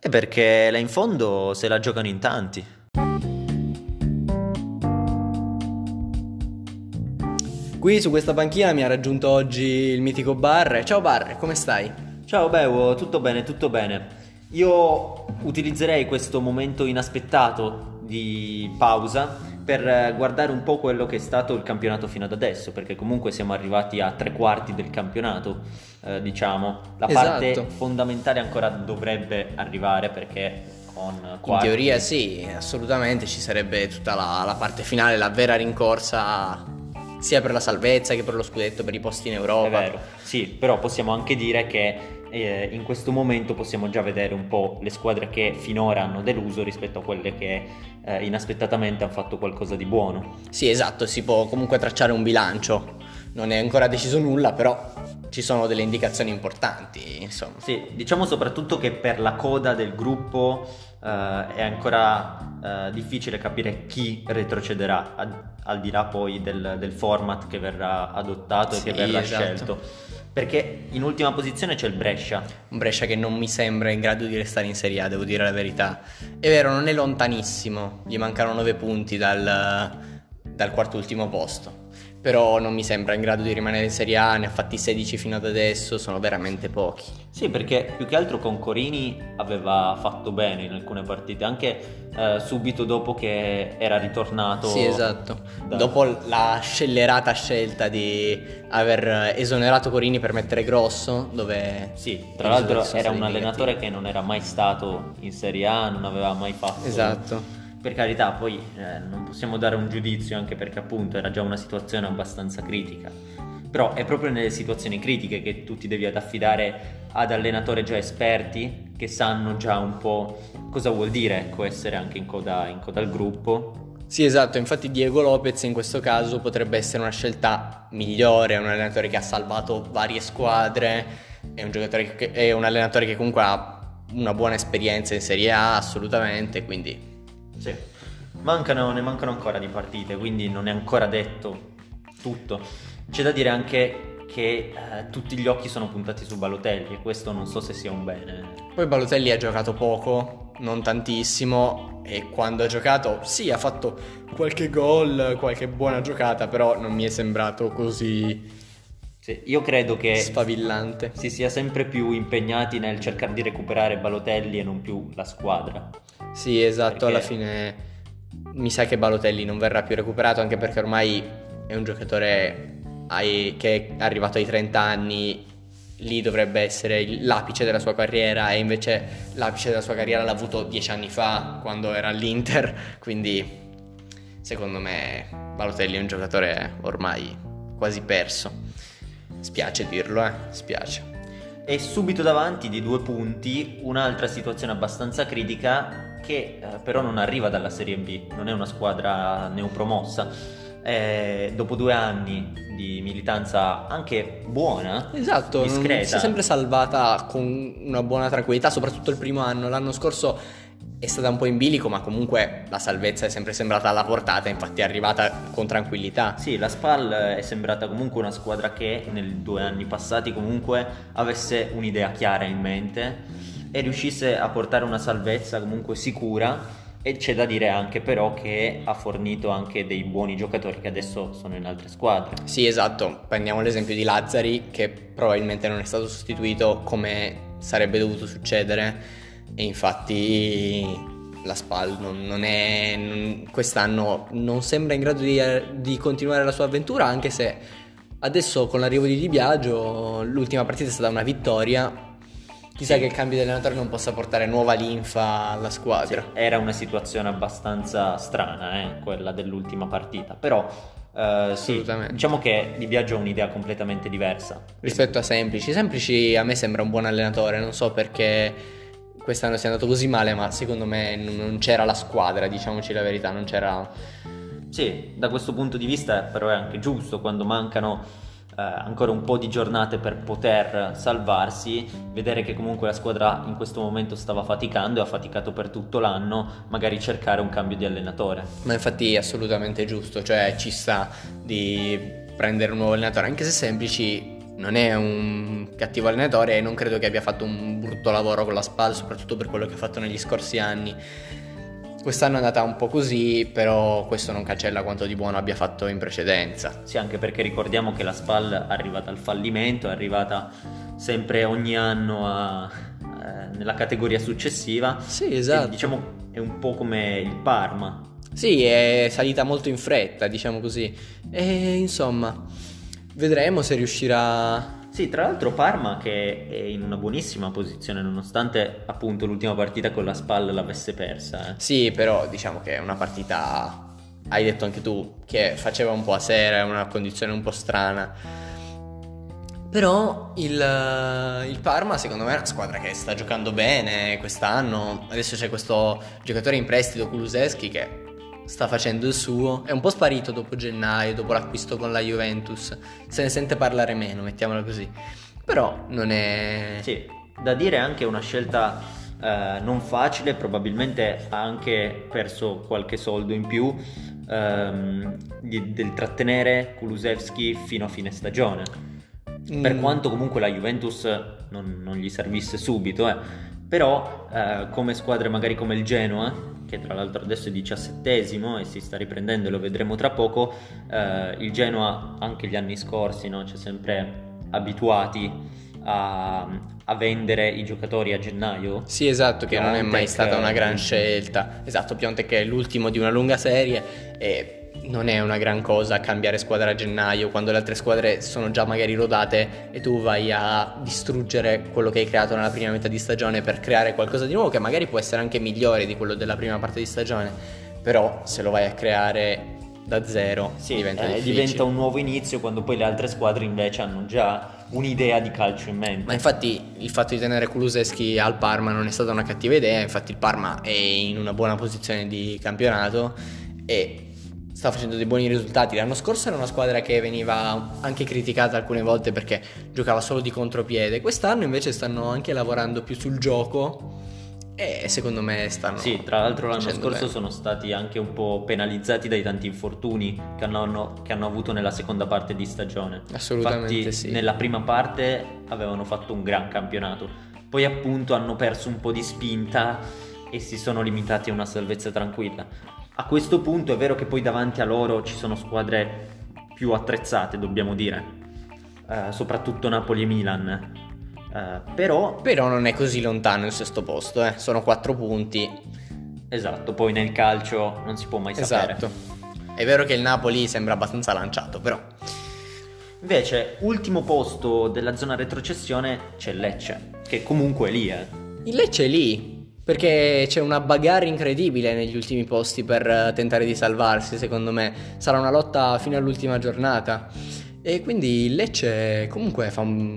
E perché là in fondo se la giocano in tanti. Qui su questa panchina mi ha raggiunto oggi il mitico Barre. Ciao Barre, come stai? Ciao Bevo, tutto bene, tutto bene. Io utilizzerei questo momento inaspettato di pausa per guardare un po' quello che è stato il campionato fino ad adesso, perché comunque siamo arrivati a tre quarti del campionato, diciamo. La parte Esatto. fondamentale ancora dovrebbe arrivare perché con In quarti... teoria sì, assolutamente ci sarebbe tutta la parte finale, la vera rincorsa sia per la salvezza che per lo scudetto, per i posti in È Europa. vero, sì, però possiamo anche dire che in questo momento possiamo già vedere un po' le squadre che finora hanno deluso rispetto a quelle che inaspettatamente hanno fatto qualcosa di buono. Sì, esatto, si può comunque tracciare un bilancio. Non è ancora deciso nulla, però ci sono delle indicazioni importanti, insomma. Sì, diciamo soprattutto che per la coda del gruppo è ancora difficile capire chi retrocederà, al di là poi del format che verrà adottato e che Sì, verrà esatto. scelto. Perché in ultima posizione c'è il Brescia. Un Brescia che non mi sembra in grado di restare in Serie A, devo dire la verità. È vero, non è lontanissimo, gli mancano 9 punti dal quarto ultimo posto. Però non mi sembra in grado di rimanere in Serie A, ne ha fatti 16 fino ad adesso, sono veramente pochi. Sì, perché più che altro con Corini aveva fatto bene in alcune partite, anche subito dopo che era ritornato. Sì, esatto. da- Dopo la scellerata scelta di aver esonerato Corini per mettere Grosso, dove Sì, tra i l'altro risultati sono era un stati allenatore negativi. che non era mai stato in Serie A, non aveva mai fatto... Esatto. Per carità, poi non possiamo dare un giudizio anche perché appunto era già una situazione abbastanza critica. Però è proprio nelle situazioni critiche che tu ti devi affidare ad allenatori già esperti che sanno già un po' cosa vuol dire, ecco, essere anche in coda al gruppo. Sì, esatto, infatti Diego Lopez in questo caso potrebbe essere una scelta migliore, è un allenatore che ha salvato varie squadre, è un allenatore che comunque ha una buona esperienza in Serie A, assolutamente, quindi Sì. Ne mancano ancora di partite, quindi non è ancora detto tutto. C'è da dire anche che tutti gli occhi sono puntati su Balotelli e questo non so se sia un bene. Poi Balotelli ha giocato poco, non tantissimo, e quando ha giocato sì, ha fatto qualche gol, qualche buona giocata, però non mi è sembrato così Sì, io credo che sfavillante. si sia sempre più impegnati nel cercare di recuperare Balotelli e non più la squadra. Sì, esatto, Perché- alla fine mi sa che Balotelli non verrà più recuperato, anche perché ormai è un giocatore che è arrivato ai 30 anni, lì dovrebbe essere l'apice della sua carriera, e invece l'apice della sua carriera l'ha avuto 10 anni fa, quando era all'Inter, quindi secondo me Balotelli è un giocatore ormai quasi perso. Spiace dirlo, spiace. E subito davanti di 2 punti un'altra situazione abbastanza critica che però non arriva dalla Serie B, non è una squadra neopromossa. Dopo 2 anni di militanza anche buona, Esatto, si è discreta, sempre salvata con una buona tranquillità, soprattutto il primo anno. L'anno scorso è stata un po' in bilico, ma comunque la salvezza è sempre sembrata alla portata, infatti è arrivata con tranquillità. sì, la Spal è sembrata comunque una squadra che nei 2 anni passati comunque avesse un'idea chiara in mente e riuscisse a portare una salvezza comunque sicura. E c'è da dire anche però che ha fornito anche dei buoni giocatori che adesso sono in altre squadre. Sì, esatto, prendiamo l'esempio di Lazzari, che probabilmente non è stato sostituito come sarebbe dovuto succedere, e infatti la Spal quest'anno non sembra in grado di continuare la sua avventura, anche se adesso con l'arrivo di Di Biagio l'ultima partita è stata una vittoria. Chissà che il cambio di allenatore non possa portare nuova linfa alla squadra. Sì, era una situazione abbastanza strana, quella dell'ultima partita, però sì, Assolutamente. diciamo che Di Biagio ha un'idea completamente diversa. Rispetto a Semplici. Semplici a me sembra un buon allenatore, non so perché quest'anno sia andato così male, ma secondo me non c'era la squadra, diciamoci la verità, non c'era... Sì, da questo punto di vista però è anche giusto quando mancano ancora un po' di giornate per poter salvarsi, vedere che comunque la squadra in questo momento stava faticando e ha faticato per tutto l'anno, magari cercare un cambio di allenatore. Ma infatti è assolutamente giusto, cioè ci sta di prendere un nuovo allenatore, anche se Semplici non è un cattivo allenatore e non credo che abbia fatto un brutto lavoro con la SPAL, soprattutto per quello che ha fatto negli scorsi anni. Quest'anno è andata un po' così, però questo non cancella quanto di buono abbia fatto in precedenza. Sì, anche perché ricordiamo che la SPAL è arrivata al fallimento, è arrivata sempre ogni anno nella categoria successiva. Sì, esatto. E, diciamo è un po' come il Parma. Sì, è salita molto in fretta, diciamo così. E insomma, vedremo se riuscirà. Sì, tra l'altro Parma che è in una buonissima posizione nonostante appunto l'ultima partita con la SPAL l'avesse persa. Sì, però diciamo che è una partita, hai detto anche tu, che faceva un po' a sera, è una condizione un po' strana. Però il Parma secondo me è una squadra che sta giocando bene quest'anno. Adesso c'è questo giocatore in prestito, Kulusevski, che sta facendo il suo. È un po' sparito dopo gennaio, dopo l'acquisto con la Juventus. Se ne sente parlare meno, mettiamola così. Però non è... Sì, da dire anche una scelta non facile, probabilmente ha anche perso qualche soldo in più del trattenere Kulusevski fino a fine stagione. Per quanto comunque la Juventus non gli servisse subito, però come squadre magari come il Genoa, che tra l'altro adesso è 17esimo e si sta riprendendo e lo vedremo tra poco, il Genoa anche gli anni scorsi, no? Ci è sempre abituati a vendere i giocatori a gennaio. Sì, esatto, che non è mai stata una gran Piontek. scelta. Esatto, Piontek è l'ultimo di una lunga serie e non è una gran cosa cambiare squadra a gennaio quando le altre squadre sono già magari rodate e tu vai a distruggere quello che hai creato nella prima metà di stagione per creare qualcosa di nuovo che magari può essere anche migliore di quello della prima parte di stagione, però se lo vai a creare da zero diventa difficile. Diventa un nuovo inizio quando poi le altre squadre invece hanno già un'idea di calcio in mente. Ma infatti il fatto di tenere Kulusevski al Parma non è stata una cattiva idea, infatti il Parma è in una buona posizione di campionato e sta facendo dei buoni risultati. L'anno scorso era una squadra che veniva anche criticata alcune volte perché giocava solo di contropiede. Quest'anno invece stanno anche lavorando più sul gioco e secondo me stanno... Sì, tra l'altro l'anno facendo scorso bene. sono stati anche un po' penalizzati dai tanti infortuni che hanno avuto nella seconda parte di stagione. Assolutamente. Infatti, sì. nella prima parte avevano fatto un gran campionato, poi appunto hanno perso un po' di spinta e si sono limitati a una salvezza tranquilla. A questo punto è vero che poi davanti a loro ci sono squadre più attrezzate, dobbiamo dire, soprattutto Napoli e Milan, però non è così lontano il sesto posto, sono 4 punti. esatto, poi nel calcio non si può mai sapere. Esatto. È vero che il Napoli sembra abbastanza lanciato, però Invece, ultimo posto della zona retrocessione c'è Lecce, che comunque è lì, il Lecce è lì perché c'è una bagarre incredibile negli ultimi posti per tentare di salvarsi, secondo me. Sarà una lotta fino all'ultima giornata. E quindi il Lecce comunque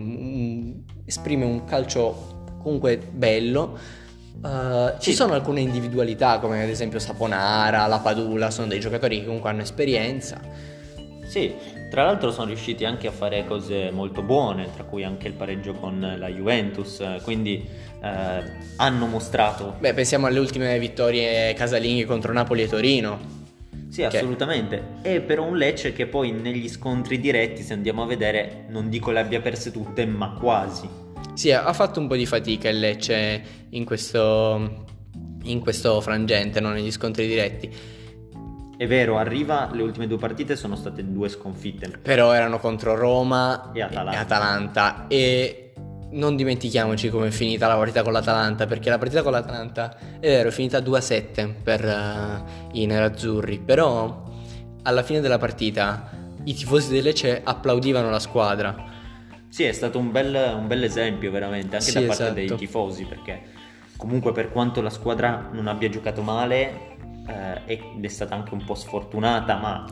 esprime un calcio comunque bello. Ci Sì. sono alcune individualità come ad esempio Saponara, La Padula, sono dei giocatori che comunque hanno esperienza. Sì, tra l'altro sono riusciti anche a fare cose molto buone, tra cui anche il pareggio con la Juventus, quindi hanno mostrato... Beh, pensiamo alle ultime vittorie casalinghe contro Napoli e Torino. Sì, assolutamente. E però un Lecce che poi negli scontri diretti, se andiamo a vedere, non dico le abbia perse tutte, ma quasi. Sì, ha fatto un po' di fatica il Lecce in questo frangente, non negli scontri diretti. È vero, arriva, le ultime 2 partite sono state 2 sconfitte. Però erano contro Roma E Atalanta. Atalanta. E non dimentichiamoci come è finita la partita con l'Atalanta, perché la partita con l'Atalanta è vero, è finita 2-7 per i nerazzurri, però alla fine della partita i tifosi del Lecce applaudivano la squadra. Sì, è stato un bel esempio veramente, anche Sì, da parte esatto. dei tifosi, perché comunque per quanto la squadra non abbia giocato male ed è stata anche un po' sfortunata, ma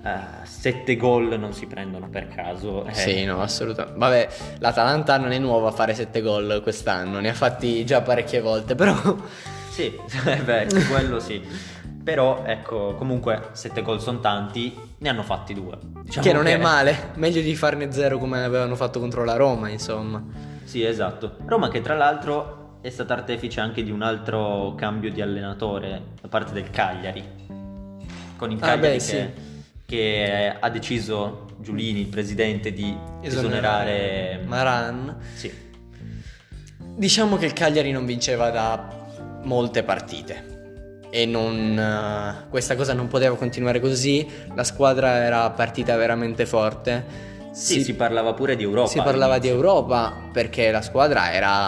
7 gol non si prendono per caso. Sì, no, assolutamente. Vabbè, l'Atalanta non è nuova a fare 7 gol quest'anno, ne ha fatti già parecchie volte, però... Sì, beh, quello sì. Però ecco, comunque 7 gol sono tanti, ne hanno fatti 2. Diciamo che non è male, meglio di farne 0 come avevano fatto contro la Roma, insomma. Sì, esatto. Roma che tra l'altro è stata artefice anche di un altro cambio di allenatore da parte del Cagliari. Con il Cagliari beh, sì. che ha deciso Giulini, il presidente, di esonerare Maran. Sì. Diciamo che il Cagliari non vinceva da molte partite e questa cosa non poteva continuare così. La squadra era partita veramente forte. Sì, si parlava pure di Europa. Si parlava all'inizio. di Europa perché la squadra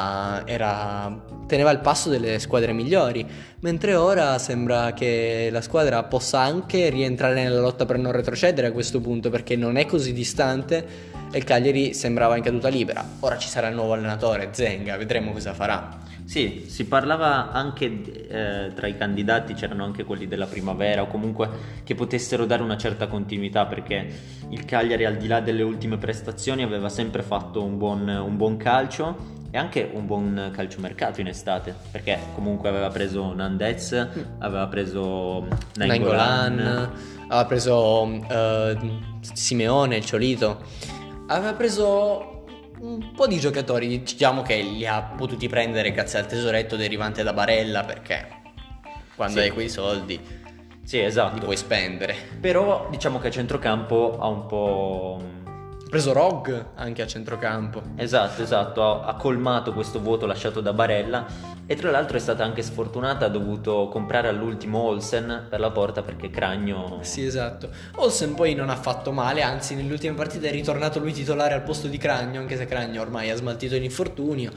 teneva il passo delle squadre migliori, mentre ora sembra che la squadra possa anche rientrare nella lotta per non retrocedere a questo punto, perché non è così distante e il Cagliari sembrava in caduta libera. Ora ci sarà il nuovo allenatore, Zenga, vedremo cosa farà. Sì, si parlava anche tra i candidati, c'erano anche quelli della primavera o comunque che potessero dare una certa continuità, perché il Cagliari, al di là delle ultime prestazioni, aveva sempre fatto un buon calcio e anche un buon calciomercato in estate, perché comunque aveva preso Nandez, aveva preso Nainggolan, aveva preso Simeone, il Ciolito, aveva preso un po' di giocatori, diciamo che li ha potuti prendere grazie al tesoretto derivante da Barella, perché quando hai quei soldi sì, esatto, li puoi spendere. Però diciamo che a centrocampo ha un po'... Ha preso Rog anche a centrocampo. Esatto, ha colmato questo vuoto lasciato da Barella, e tra l'altro è stata anche sfortunata, ha dovuto comprare all'ultimo Olsen per la porta perché Cragno... Sì, esatto. Olsen poi non ha fatto male, anzi nelle ultime partite è ritornato lui titolare al posto di Cragno, anche se Cragno ormai ha smaltito l'infortunio.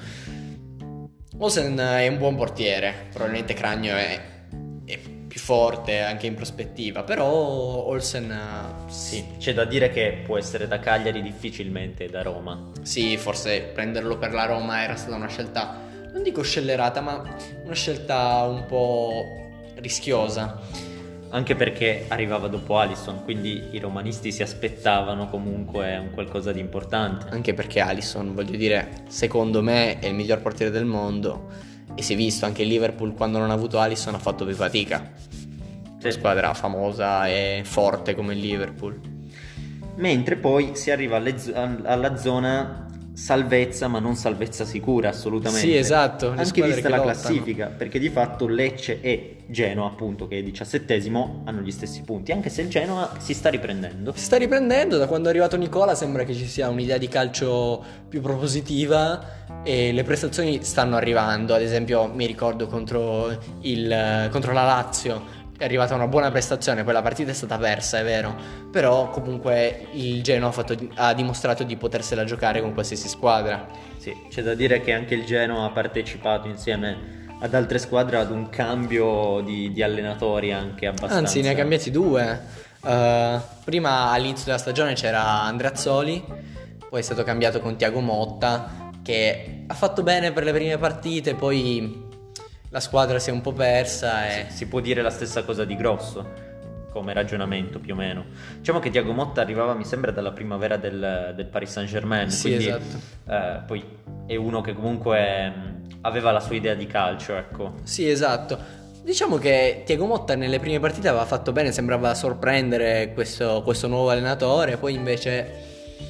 Olsen è un buon portiere, probabilmente Cragno è più forte anche in prospettiva, però Olsen sì, c'è da dire che può essere da Cagliari difficilmente da Roma. Sì, forse prenderlo per la Roma era stata una scelta, non dico scellerata, ma una scelta un po' rischiosa. Anche perché arrivava dopo Alisson, quindi i romanisti si aspettavano comunque un qualcosa di importante. Anche perché Alisson, voglio dire, secondo me è il miglior portiere del mondo. E si è visto, anche il Liverpool quando non ha avuto Alisson ha fatto più fatica. Sì. Una squadra famosa e forte come il Liverpool. Mentre poi si arriva alla zona salvezza, ma non salvezza sicura, assolutamente. Sì, esatto. Anche vista la classifica, perché di fatto Lecce e Genoa, appunto, che è 17esimo, hanno gli stessi punti, anche se il Genoa si sta riprendendo. Si sta riprendendo, da quando è arrivato Nicola sembra che ci sia un'idea di calcio più propositiva e le prestazioni stanno arrivando. Ad esempio mi ricordo contro la Lazio è arrivata una buona prestazione, poi la partita è stata persa, è vero, però comunque il Genoa ha dimostrato di potersela giocare con qualsiasi squadra. Sì, c'è da dire che anche il Genoa ha partecipato insieme ad altre squadre ad un cambio di allenatori anche abbastanza... Anzi, ne ha cambiati due. Prima all'inizio della stagione c'era Andreazzoli, poi è stato cambiato con Thiago Motta, che ha fatto bene per le prime partite, poi la squadra si è un po' persa e... Si può dire la stessa cosa di Grosso come ragionamento, più o meno. Diciamo che Thiago Motta arrivava, mi sembra, dalla primavera del Paris Saint-Germain, sì, quindi esatto. Poi è uno che comunque aveva la sua idea di calcio, ecco. Sì, esatto. Diciamo che Thiago Motta nelle prime partite aveva fatto bene, sembrava sorprendere questo nuovo allenatore, poi invece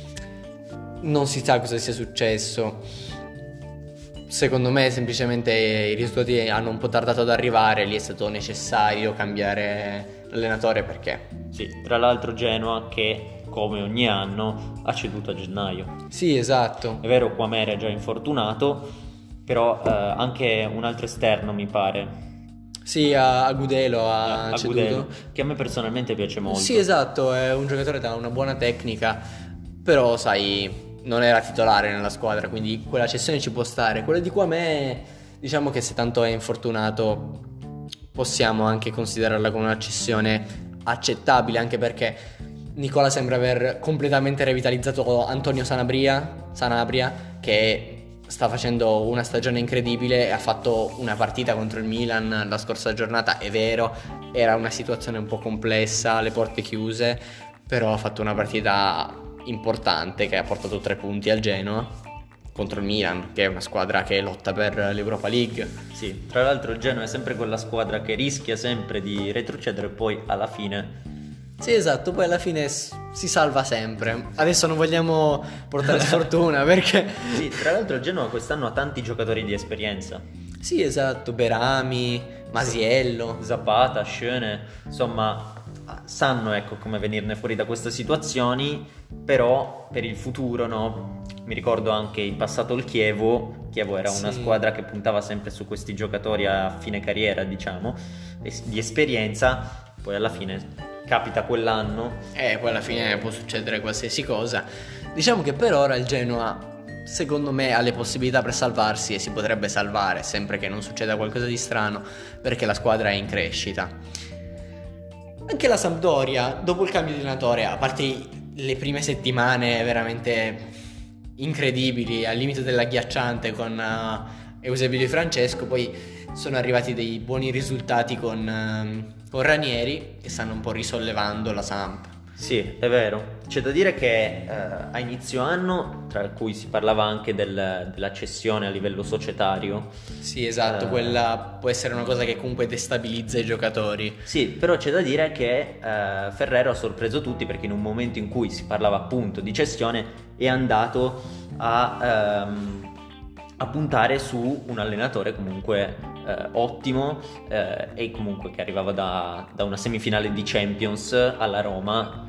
non si sa cosa sia successo. Secondo me semplicemente i risultati hanno un po' tardato ad arrivare, lì è stato necessario cambiare l'allenatore perché... Sì, tra l'altro Genoa che come ogni anno ha ceduto a gennaio. Sì, esatto. È vero, Quamere è già infortunato, però anche un altro esterno mi pare. Sì, a Gudelo ha ceduto. Gudelo, che a me personalmente piace molto. Sì, esatto, è un giocatore da una buona tecnica, però sai... non era titolare nella squadra, quindi quella cessione ci può stare. Quella di Quamè, diciamo che se tanto è infortunato possiamo anche considerarla come una cessione accettabile, anche perché Nicola sembra aver completamente revitalizzato Antonio Sanabria, che sta facendo una stagione incredibile e ha fatto una partita contro il Milan la scorsa giornata. È vero, era una situazione un po' complessa, le porte chiuse, però ha fatto una partita importante che ha portato 3 punti al Genoa contro il Milan, che è una squadra che lotta per l'Europa League. Sì, tra l'altro il Genoa è sempre quella squadra che rischia sempre di retrocedere e poi alla fine... Sì, esatto, poi alla fine si salva sempre. Adesso non vogliamo portare sfortuna perché... Sì, tra l'altro il Genoa quest'anno ha tanti giocatori di esperienza. Sì, esatto, Berami, Masiello, Zapata, Schöne, insomma... sanno, ecco, come venirne fuori da queste situazioni, però per il futuro, no? Mi ricordo anche in passato il Chievo era una squadra che puntava sempre su questi giocatori a fine carriera, diciamo, di esperienza, poi alla fine capita quell'anno. Poi alla fine può succedere qualsiasi cosa. Diciamo che per ora il Genoa, secondo me, ha le possibilità per salvarsi, e si potrebbe salvare sempre che non succeda qualcosa di strano, perché la squadra è in crescita. Anche la Sampdoria, dopo il cambio di allenatore, a parte le prime settimane veramente incredibili, al limite dell'agghiacciante con Eusebio Di Francesco, poi sono arrivati dei buoni risultati con Ranieri, che stanno un po' risollevando la Samp. Sì, è vero. C'è da dire che a inizio anno, tra cui si parlava anche della cessione a livello societario. Sì, esatto, quella può essere una cosa che comunque destabilizza i giocatori. Sì, però c'è da dire che Ferrero ha sorpreso tutti, perché in un momento in cui si parlava appunto di cessione è andato a puntare su un allenatore comunque ottimo, e comunque che arrivava da una semifinale di Champions alla Roma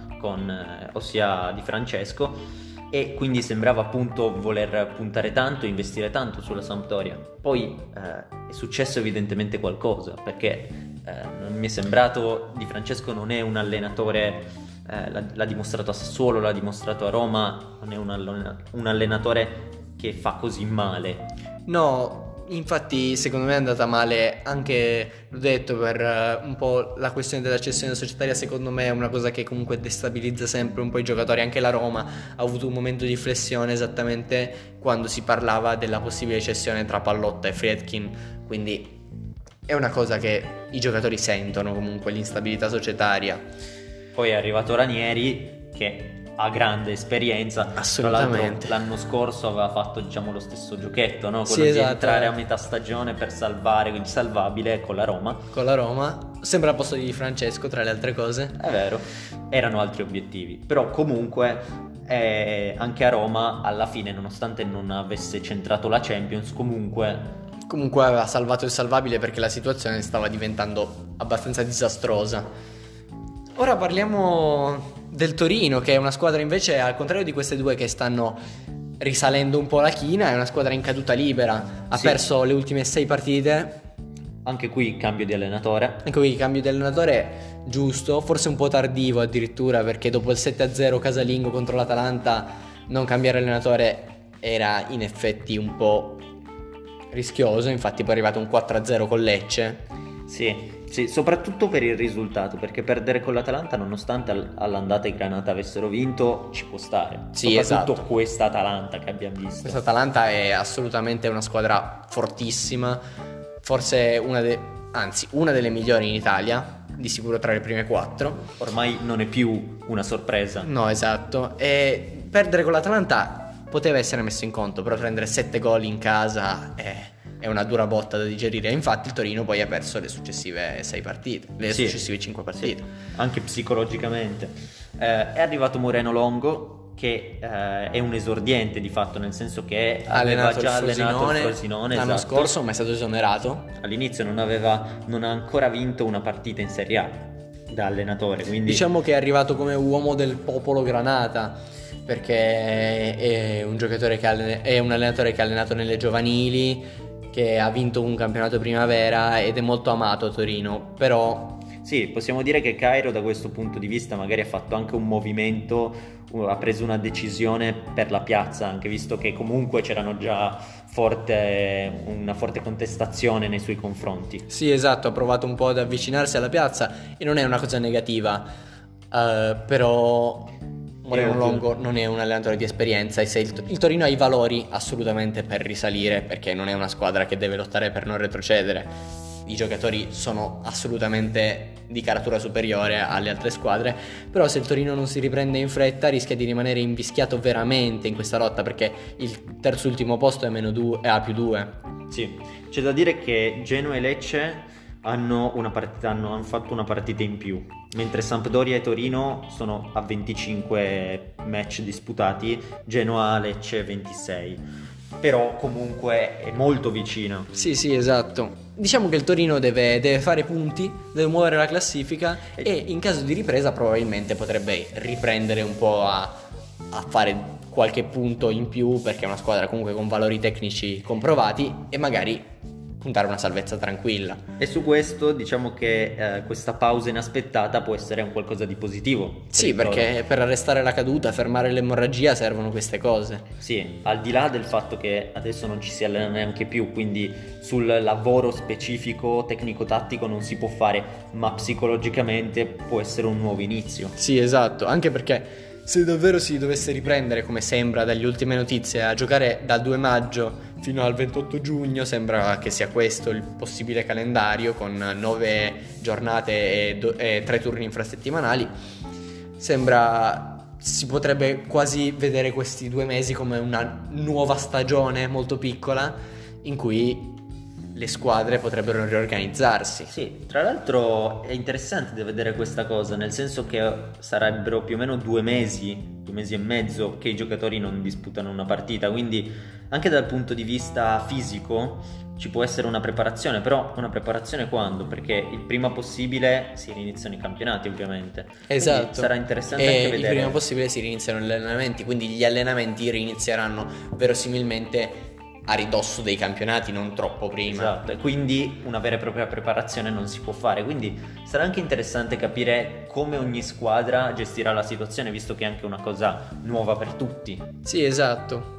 ossia Di Francesco, e quindi sembrava appunto voler puntare tanto, investire tanto sulla Sampdoria. Poi è successo evidentemente qualcosa, perché non mi è sembrato, Di Francesco non è un allenatore, l'ha dimostrato a Sassuolo, l'ha dimostrato a Roma, non è un allenatore che fa così male. No, infatti secondo me è andata male anche, l'ho detto, per un po' la questione della cessione societaria. Secondo me è una cosa che comunque destabilizza sempre un po' i giocatori. Anche la Roma ha avuto un momento di flessione esattamente quando si parlava della possibile cessione tra Pallotta e Friedkin, quindi è una cosa che i giocatori sentono comunque, l'instabilità societaria. Poi è arrivato Ranieri, che ha grande esperienza. Assolutamente. L'anno scorso aveva fatto, diciamo, lo stesso giochetto, no? Quello Sì, di esatto, entrare a metà stagione per salvare il salvabile con la Roma. Con la Roma, sembra al posto di Di Francesco, tra le altre cose. È vero, erano altri obiettivi, però comunque anche a Roma alla fine, nonostante non avesse centrato la Champions, comunque aveva salvato il salvabile, perché la situazione stava diventando abbastanza disastrosa. Ora parliamo del Torino, che è una squadra invece, al contrario di queste due che stanno risalendo un po' la china, è una squadra in caduta libera. Ha perso le ultime 6 partite. Anche qui cambio di allenatore. Anche qui cambio di allenatore giusto, forse un po' tardivo addirittura, perché dopo il 7-0 casalingo contro l'Atalanta non cambiare allenatore era in effetti un po' rischioso. Infatti poi è arrivato un 4-0 con Lecce. Sì, soprattutto per il risultato, perché perdere con l'Atalanta, nonostante all'andata i Granata avessero vinto, ci può stare. Sì, soprattutto esatto. Questa Atalanta che abbiamo visto. Questa Atalanta è assolutamente una squadra fortissima, forse una delle migliori in Italia, di sicuro tra le prime 4. Ormai non è più una sorpresa. No, esatto. E perdere con l'Atalanta poteva essere messo in conto, però prendere 7 gol in casa è una dura botta da digerire. Infatti il Torino poi ha perso le successive 6 partite, successive 5 partite. Sì, anche psicologicamente. È arrivato Moreno Longo, che è un esordiente di fatto, nel senso che aveva già allenato il Frosinone l'anno esatto. scorso, ma è stato esonerato. All'inizio non ha ancora vinto una partita in Serie A da allenatore, quindi diciamo che è arrivato come uomo del popolo Granata, perché è un giocatore è un allenatore che ha allenato nelle giovanili, che ha vinto un campionato primavera ed è molto amato a Torino. Però sì, possiamo dire che Cairo da questo punto di vista magari ha fatto anche un movimento, ha preso una decisione per la piazza, anche visto che comunque c'erano già una forte contestazione nei suoi confronti. Sì, esatto, ha provato un po' ad avvicinarsi alla piazza, e non è una cosa negativa, però Moreno Longo non è un allenatore di esperienza, e se il Torino ha i valori assolutamente per risalire, perché non è una squadra che deve lottare per non retrocedere. I giocatori sono assolutamente di caratura superiore alle altre squadre, però se il Torino non si riprende in fretta rischia di rimanere invischiato veramente in questa lotta, perché il terzo ultimo posto è a +2. Sì, c'è da dire che Genoa e Lecce hanno fatto una partita in più, mentre Sampdoria e Torino sono a 25 match disputati, Genoa Lecce 26. però comunque è molto vicino. Sì, sì, esatto. Diciamo che il Torino deve fare punti, deve muovere la classifica e in caso di ripresa probabilmente potrebbe riprendere un po' a fare qualche punto in più, perché è una squadra comunque con valori tecnici comprovati, e magari puntare a una salvezza tranquilla. E su questo diciamo che questa pausa inaspettata può essere un qualcosa di positivo. Sì, perché per arrestare la caduta, fermare l'emorragia servono queste cose. Sì, al di là del fatto che adesso non ci si allena neanche più, quindi sul lavoro specifico tecnico-tattico non si può fare, ma psicologicamente può essere un nuovo inizio. Sì, esatto, anche perché se davvero si dovesse riprendere, come sembra dalle ultime notizie, a giocare dal 2 maggio fino al 28 giugno, sembra che sia questo il possibile calendario, con 9 giornate e 3 turni infrasettimanali, sembra si potrebbe quasi vedere questi 2 mesi come una nuova stagione molto piccola in cui le squadre potrebbero riorganizzarsi. Sì, tra l'altro è interessante da vedere questa cosa, nel senso che sarebbero più o meno 2 mesi e mezzo che i giocatori non disputano una partita, quindi anche dal punto di vista fisico ci può essere una preparazione, però una preparazione quando? Perché il prima possibile si riniziano i campionati, ovviamente. Esatto. Quindi sarà interessante e anche vedere. Il prima possibile si riniziano gli allenamenti, quindi gli allenamenti rinizieranno verosimilmente a ridosso dei campionati, non troppo prima. Esatto, e quindi una vera e propria preparazione non si può fare, quindi sarà anche interessante capire come ogni squadra gestirà la situazione, visto che è anche una cosa nuova per tutti. Sì, esatto.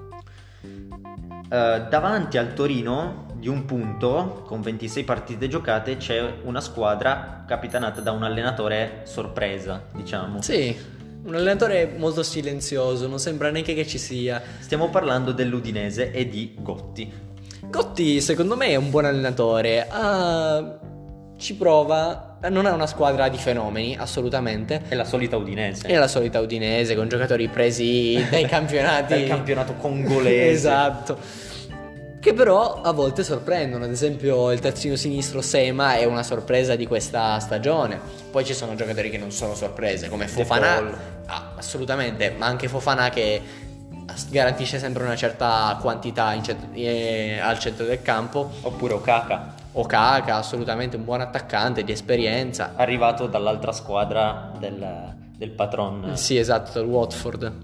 Davanti al Torino di un punto, con 26 partite giocate, c'è una squadra capitanata da un allenatore sorpresa, diciamo. Sì, un allenatore molto silenzioso, non sembra neanche che ci sia. Stiamo parlando dell'Udinese e di Gotti. Gotti secondo me è un buon allenatore, ci prova, non è una squadra di fenomeni assolutamente. È la solita Udinese. È la solita Udinese con giocatori presi dai campionati. Dal campionato congolese. Esatto. Che però a volte sorprendono, ad esempio il terzino sinistro Sema è una sorpresa di questa stagione. Poi ci sono giocatori che non sono sorprese, come Fofana. Assolutamente, ma anche Fofana che garantisce sempre una certa quantità al centro del campo. Oppure Okaka. Okaka, assolutamente un buon attaccante di esperienza. Arrivato dall'altra squadra del patron. Sì, esatto, del Watford.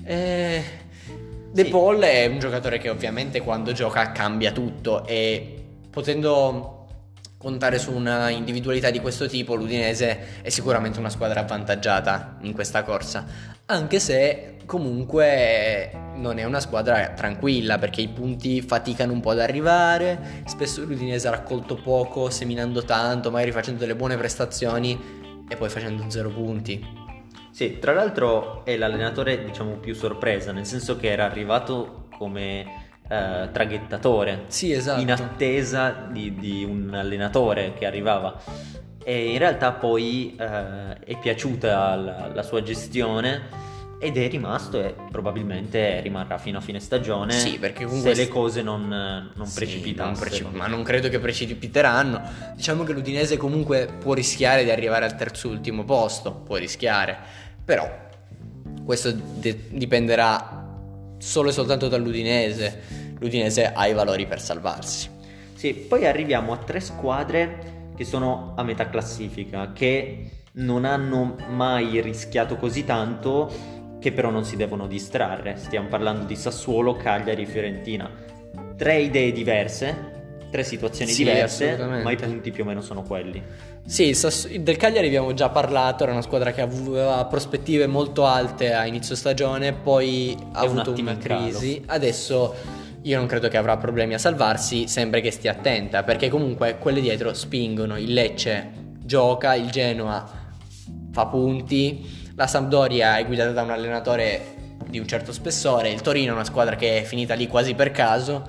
De Paul è un giocatore che ovviamente quando gioca cambia tutto, e potendo contare su una individualità di questo tipo, l'Udinese è sicuramente una squadra avvantaggiata in questa corsa, anche se comunque non è una squadra tranquilla, perché i punti faticano un po' ad arrivare, spesso l'Udinese ha raccolto poco seminando tanto, magari facendo delle buone prestazioni e poi facendo 0 punti. Sì, tra l'altro è l'allenatore diciamo più sorpresa, nel senso che era arrivato come traghettatore. Sì, esatto. In attesa di un allenatore che arrivava, e in realtà poi è piaciuta la sua gestione ed è rimasto, e probabilmente rimarrà fino a fine stagione. Sì, perché comunque se le cose non precipitassero. Ma non credo che precipiteranno. Diciamo che l'Udinese comunque può rischiare di arrivare al terzultimo posto, può rischiare, però questo dipenderà solo e soltanto dall'Udinese. L'Udinese ha i valori per salvarsi. Sì, poi arriviamo a 3 squadre che sono a metà classifica, che non hanno mai rischiato così tanto, che però non si devono distrarre. Stiamo parlando di Sassuolo, Cagliari, Fiorentina. 3 idee diverse, 3 situazioni diverse, ma i punti più o meno sono quelli. Sì, del Cagliari abbiamo già parlato, era una squadra che aveva prospettive molto alte a inizio stagione, poi ha avuto una crisi. Adesso io non credo che avrà problemi a salvarsi, sembra che stia attenta, perché comunque quelle dietro spingono. Il Lecce gioca, il Genoa fa punti, la Sampdoria è guidata da un allenatore di un certo spessore, il Torino è una squadra che è finita lì quasi per caso.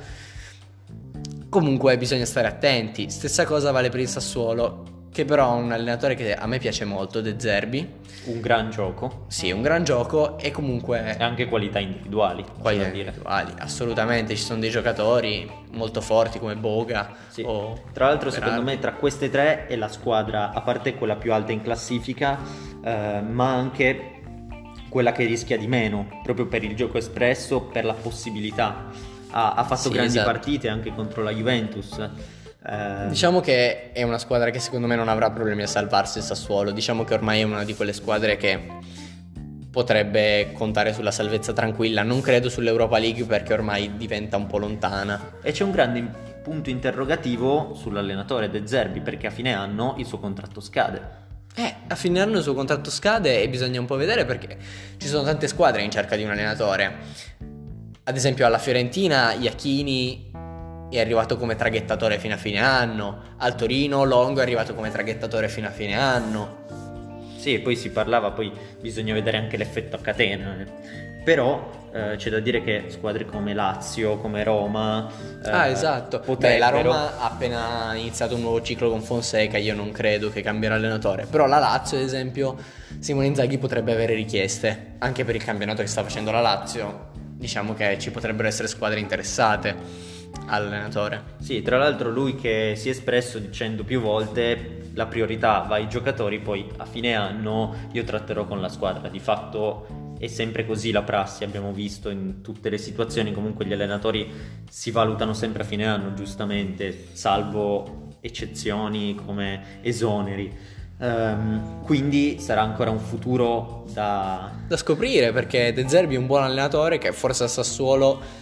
Comunque bisogna stare attenti. Stessa cosa vale per il Sassuolo, che però ha un allenatore che a me piace molto, De Zerbi. Un gran gioco. Sì, un gran gioco, e comunque e anche qualità individuali. Qualità individuali, assolutamente. Ci sono dei giocatori molto forti come Boga. Sì. Tra l'altro secondo me tra queste 3 è la squadra, a parte quella più alta in classifica, ma anche quella che rischia di meno, proprio per il gioco espresso, per la possibilità ha fatto Sì, grandi esatto. partite anche contro la Juventus. Diciamo che è una squadra che secondo me non avrà problemi a salvarsi il Sassuolo. Diciamo che ormai è una di quelle squadre che potrebbe contare sulla salvezza tranquilla. Non credo sull'Europa League perché ormai diventa un po' lontana. E c'è un grande punto interrogativo sull'allenatore De Zerbi, perché a fine anno il suo contratto scade. A fine anno il suo contratto scade e bisogna un po' vedere perché ci sono tante squadre in cerca di un allenatore. Ad esempio alla Fiorentina Iachini è arrivato come traghettatore fino a fine anno, al Torino Longo è arrivato come traghettatore fino a fine anno. Sì, poi si parlava, poi bisogna vedere anche l'effetto a catena. Però c'è da dire che squadre come Lazio, come Roma Esatto. potrebbero... La Roma ha appena iniziato un nuovo ciclo con Fonseca, io non credo che cambierà allenatore. Però la Lazio, ad esempio, Simone Inzaghi potrebbe avere richieste, anche per il campionato che sta facendo la Lazio. Diciamo che ci potrebbero essere squadre interessate all'allenatore. Sì, tra l'altro lui che si è espresso dicendo più volte la priorità va ai giocatori, poi a fine anno io tratterò con la squadra. Di fatto è sempre così la prassi, abbiamo visto in tutte le situazioni, comunque gli allenatori si valutano sempre a fine anno, giustamente, salvo eccezioni come esoneri. Quindi sarà ancora un futuro da scoprire, perché De Zerbi è un buon allenatore che forse a Sassuolo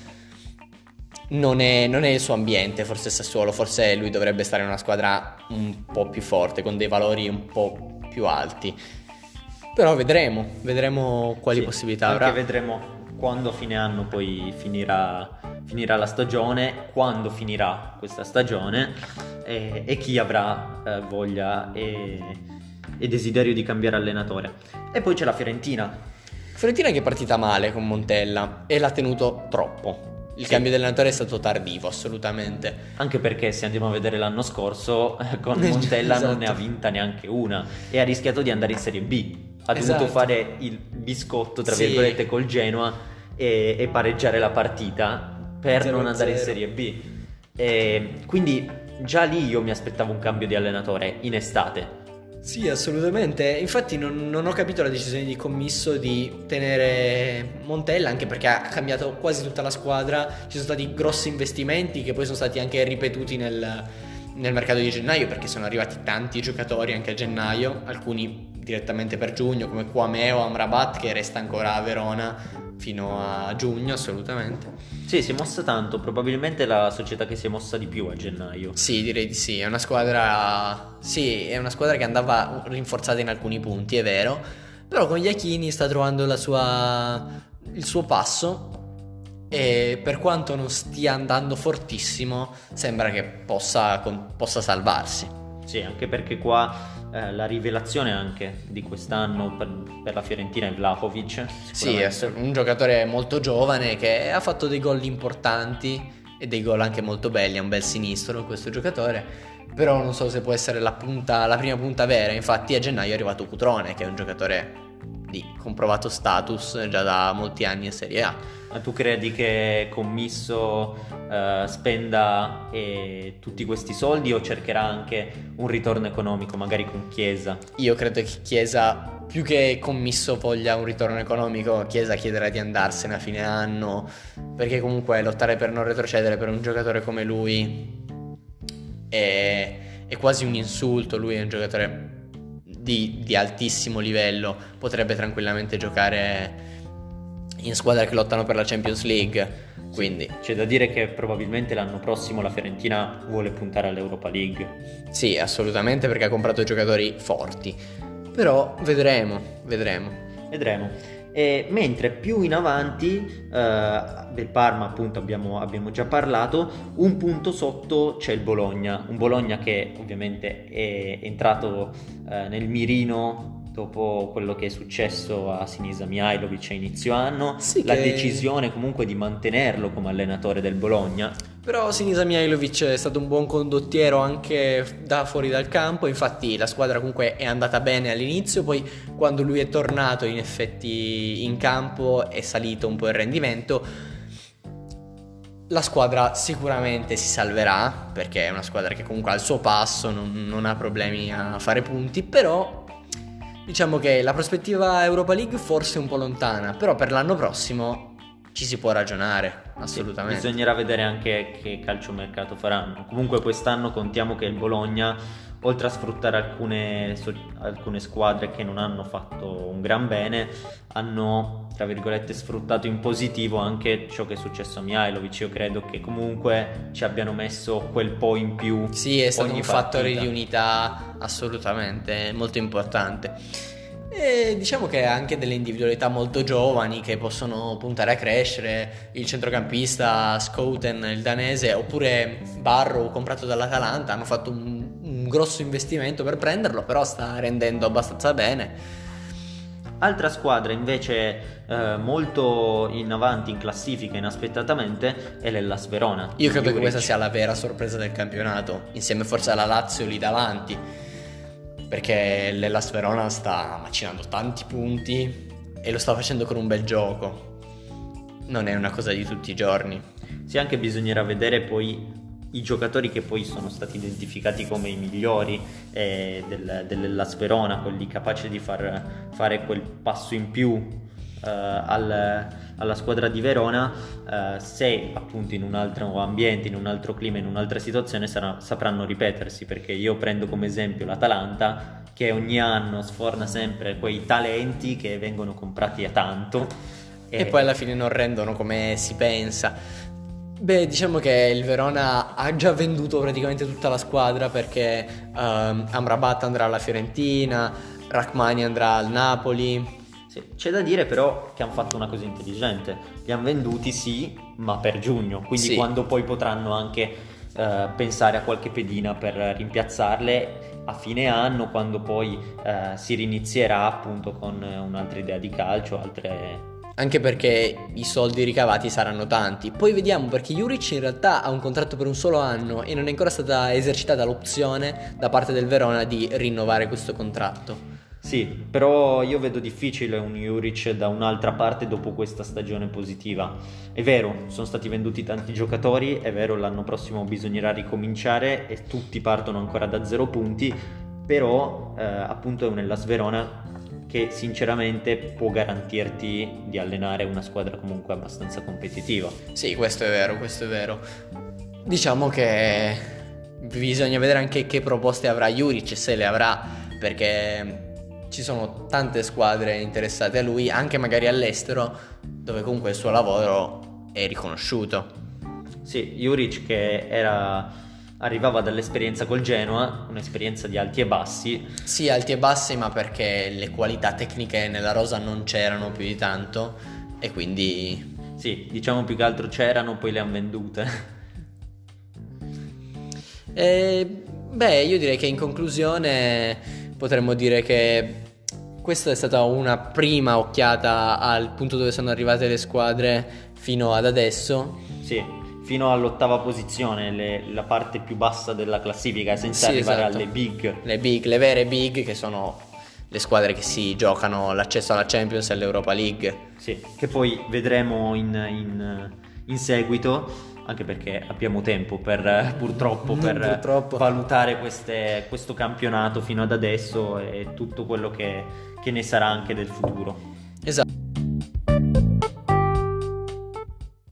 non è il suo ambiente, forse Sassuolo, forse lui dovrebbe stare in una squadra un po' più forte, con dei valori un po' più alti. Però vedremo quali possibilità anche avrà. vedremo quando a fine anno poi finirà la stagione, quando finirà questa stagione e chi avrà voglia e desiderio di cambiare allenatore. E poi c'è la Fiorentina Che è partita male con Montella e l'ha tenuto troppo. Il cambio di allenatore è stato tardivo, assolutamente. Anche perché se andiamo a vedere l'anno scorso con Montella non ne ha vinta neanche una e ha rischiato di andare in Serie B. Ha dovuto fare il biscotto tra virgolette col Genoa e pareggiare la partita per 0-0. non andare in Serie B. E quindi già lì io mi aspettavo un cambio di allenatore in estate. Sì, assolutamente. Infatti non ho capito la decisione di Commisso di tenere Montella, anche perché ha cambiato quasi tutta la squadra. Ci sono stati grossi investimenti che poi sono stati anche ripetuti nel mercato di gennaio, perché sono arrivati tanti giocatori anche a gennaio, alcuni direttamente per giugno come Kwame o Amrabat, che resta ancora a Verona fino a giugno, assolutamente. Sì, si è mossa tanto, probabilmente la società che si è mossa di più a gennaio. Sì, direi di sì, è una squadra che andava rinforzata in alcuni punti, è vero, però con Iachini sta trovando il suo passo e per quanto non stia andando fortissimo sembra che possa salvarsi. Sì, anche perché qua la rivelazione anche di quest'anno per la Fiorentina è Vlahovic. Sì, è un giocatore molto giovane che ha fatto dei gol importanti e dei gol anche molto belli, ha un bel sinistro questo giocatore, però non so se può essere la prima punta vera. Infatti a gennaio è arrivato Cutrone, che è un giocatore di comprovato status già da molti anni in Serie A. Ma tu credi che Commisso spenda tutti questi soldi o cercherà anche un ritorno economico, magari con Chiesa? Io credo che Chiesa, più che Commisso voglia un ritorno economico, Chiesa chiederà di andarsene a fine anno, perché comunque lottare per non retrocedere per un giocatore come lui è quasi un insulto. Lui è un giocatore di altissimo livello, potrebbe tranquillamente giocare in squadre che lottano per la Champions League. Quindi c'è da dire che probabilmente l'anno prossimo la Fiorentina vuole puntare all'Europa League. sì, assolutamente, perché ha comprato giocatori forti. Però vedremo. E mentre più in avanti del Parma appunto abbiamo già parlato, un punto sotto c'è il Bologna, un Bologna che ovviamente è entrato nel mirino dopo quello che è successo a Sinisa Mihajlovic a inizio anno, la decisione comunque di mantenerlo come allenatore del Bologna. Però Sinisa Mihajlovic è stato un buon condottiero anche da fuori dal campo, infatti la squadra comunque è andata bene all'inizio, poi quando lui è tornato in effetti in campo è salito un po' il rendimento. La squadra sicuramente si salverà, perché è una squadra che comunque ha il suo passo, non ha problemi a fare punti, però diciamo che la prospettiva Europa League forse è un po' lontana, però per l'anno prossimo ci si può ragionare, assolutamente. Sì, bisognerà vedere anche che calciomercato faranno. Comunque quest'anno contiamo che il Bologna, oltre a sfruttare alcune squadre che non hanno fatto un gran bene, hanno, tra virgolette, sfruttato in positivo anche ciò che è successo a Mihajlovic. Io credo che comunque ci abbiano messo quel po' in più. Sì, è stato ogni un fattore partita di unità assolutamente molto importante. E diciamo che ha anche delle individualità molto giovani che possono puntare a crescere. Il centrocampista Schouten, il danese, oppure Barrow, comprato dall'Atalanta, hanno fatto un grosso investimento per prenderlo, però sta rendendo abbastanza bene. Altra squadra invece molto in avanti in classifica inaspettatamente è l'Hellas Verona. Io credo che Juric. questa sia la vera sorpresa del campionato, insieme forse alla Lazio lì davanti, perché l'Hellas Verona sta macinando tanti punti e lo sta facendo con un bel gioco. Non è una cosa di tutti i giorni. Sì, anche bisognerà vedere poi i giocatori che poi sono stati identificati come i migliori dell'Hellas Verona, quelli capaci di fare quel passo in più alla squadra di Verona, se appunto in un altro ambiente, in un altro clima, in un'altra situazione sapranno ripetersi, perché io prendo come esempio l'Atalanta, che ogni anno sforna sempre quei talenti che vengono comprati a tanto e poi alla fine non rendono come si pensa. Beh, diciamo che il Verona ha già venduto praticamente tutta la squadra, perché Amrabat andrà alla Fiorentina, Rachmani andrà al Napoli. Sì, c'è da dire però che hanno fatto una cosa intelligente, li hanno venduti sì, ma per giugno, quindi Sì. quando poi potranno anche pensare a qualche pedina per rimpiazzarle a fine anno, quando poi si rinizierà appunto con un'altra idea di calcio, Anche perché i soldi ricavati saranno tanti. Poi vediamo, perché Juric in realtà ha un contratto per un solo anno e non è ancora stata esercitata l'opzione da parte del Verona di rinnovare questo contratto. Sì, però io vedo difficile un Juric da un'altra parte dopo questa stagione positiva. È vero, sono stati venduti tanti giocatori, è vero, l'anno prossimo bisognerà ricominciare e tutti partono ancora da 0 punti, però appunto è un Hellas Verona che sinceramente può garantirti di allenare una squadra comunque abbastanza competitiva. Sì, questo è vero, questo è vero. Diciamo che bisogna vedere anche che proposte avrà Juric, se le avrà, perché ci sono tante squadre interessate a lui, anche magari all'estero, dove comunque il suo lavoro è riconosciuto. Sì, Juric che arrivava dall'esperienza col Genoa, un'esperienza di alti e bassi. Sì, alti e bassi, ma perché le qualità tecniche nella rosa non c'erano più di tanto e quindi... Sì, diciamo più che altro c'erano, poi le hanno vendute. Beh, io direi che in conclusione potremmo dire che questa è stata una prima occhiata al punto dove sono arrivate le squadre fino ad adesso. Sì, fino all'ottava posizione, la parte più bassa della classifica, senza Sì, arrivare esatto. alle big. Le vere big, che sono le squadre che si giocano l'accesso alla Champions e all'Europa League. Sì, che poi vedremo in seguito, anche perché abbiamo tempo purtroppo per valutare questo campionato fino ad adesso e tutto quello che ne sarà anche del futuro. Esatto.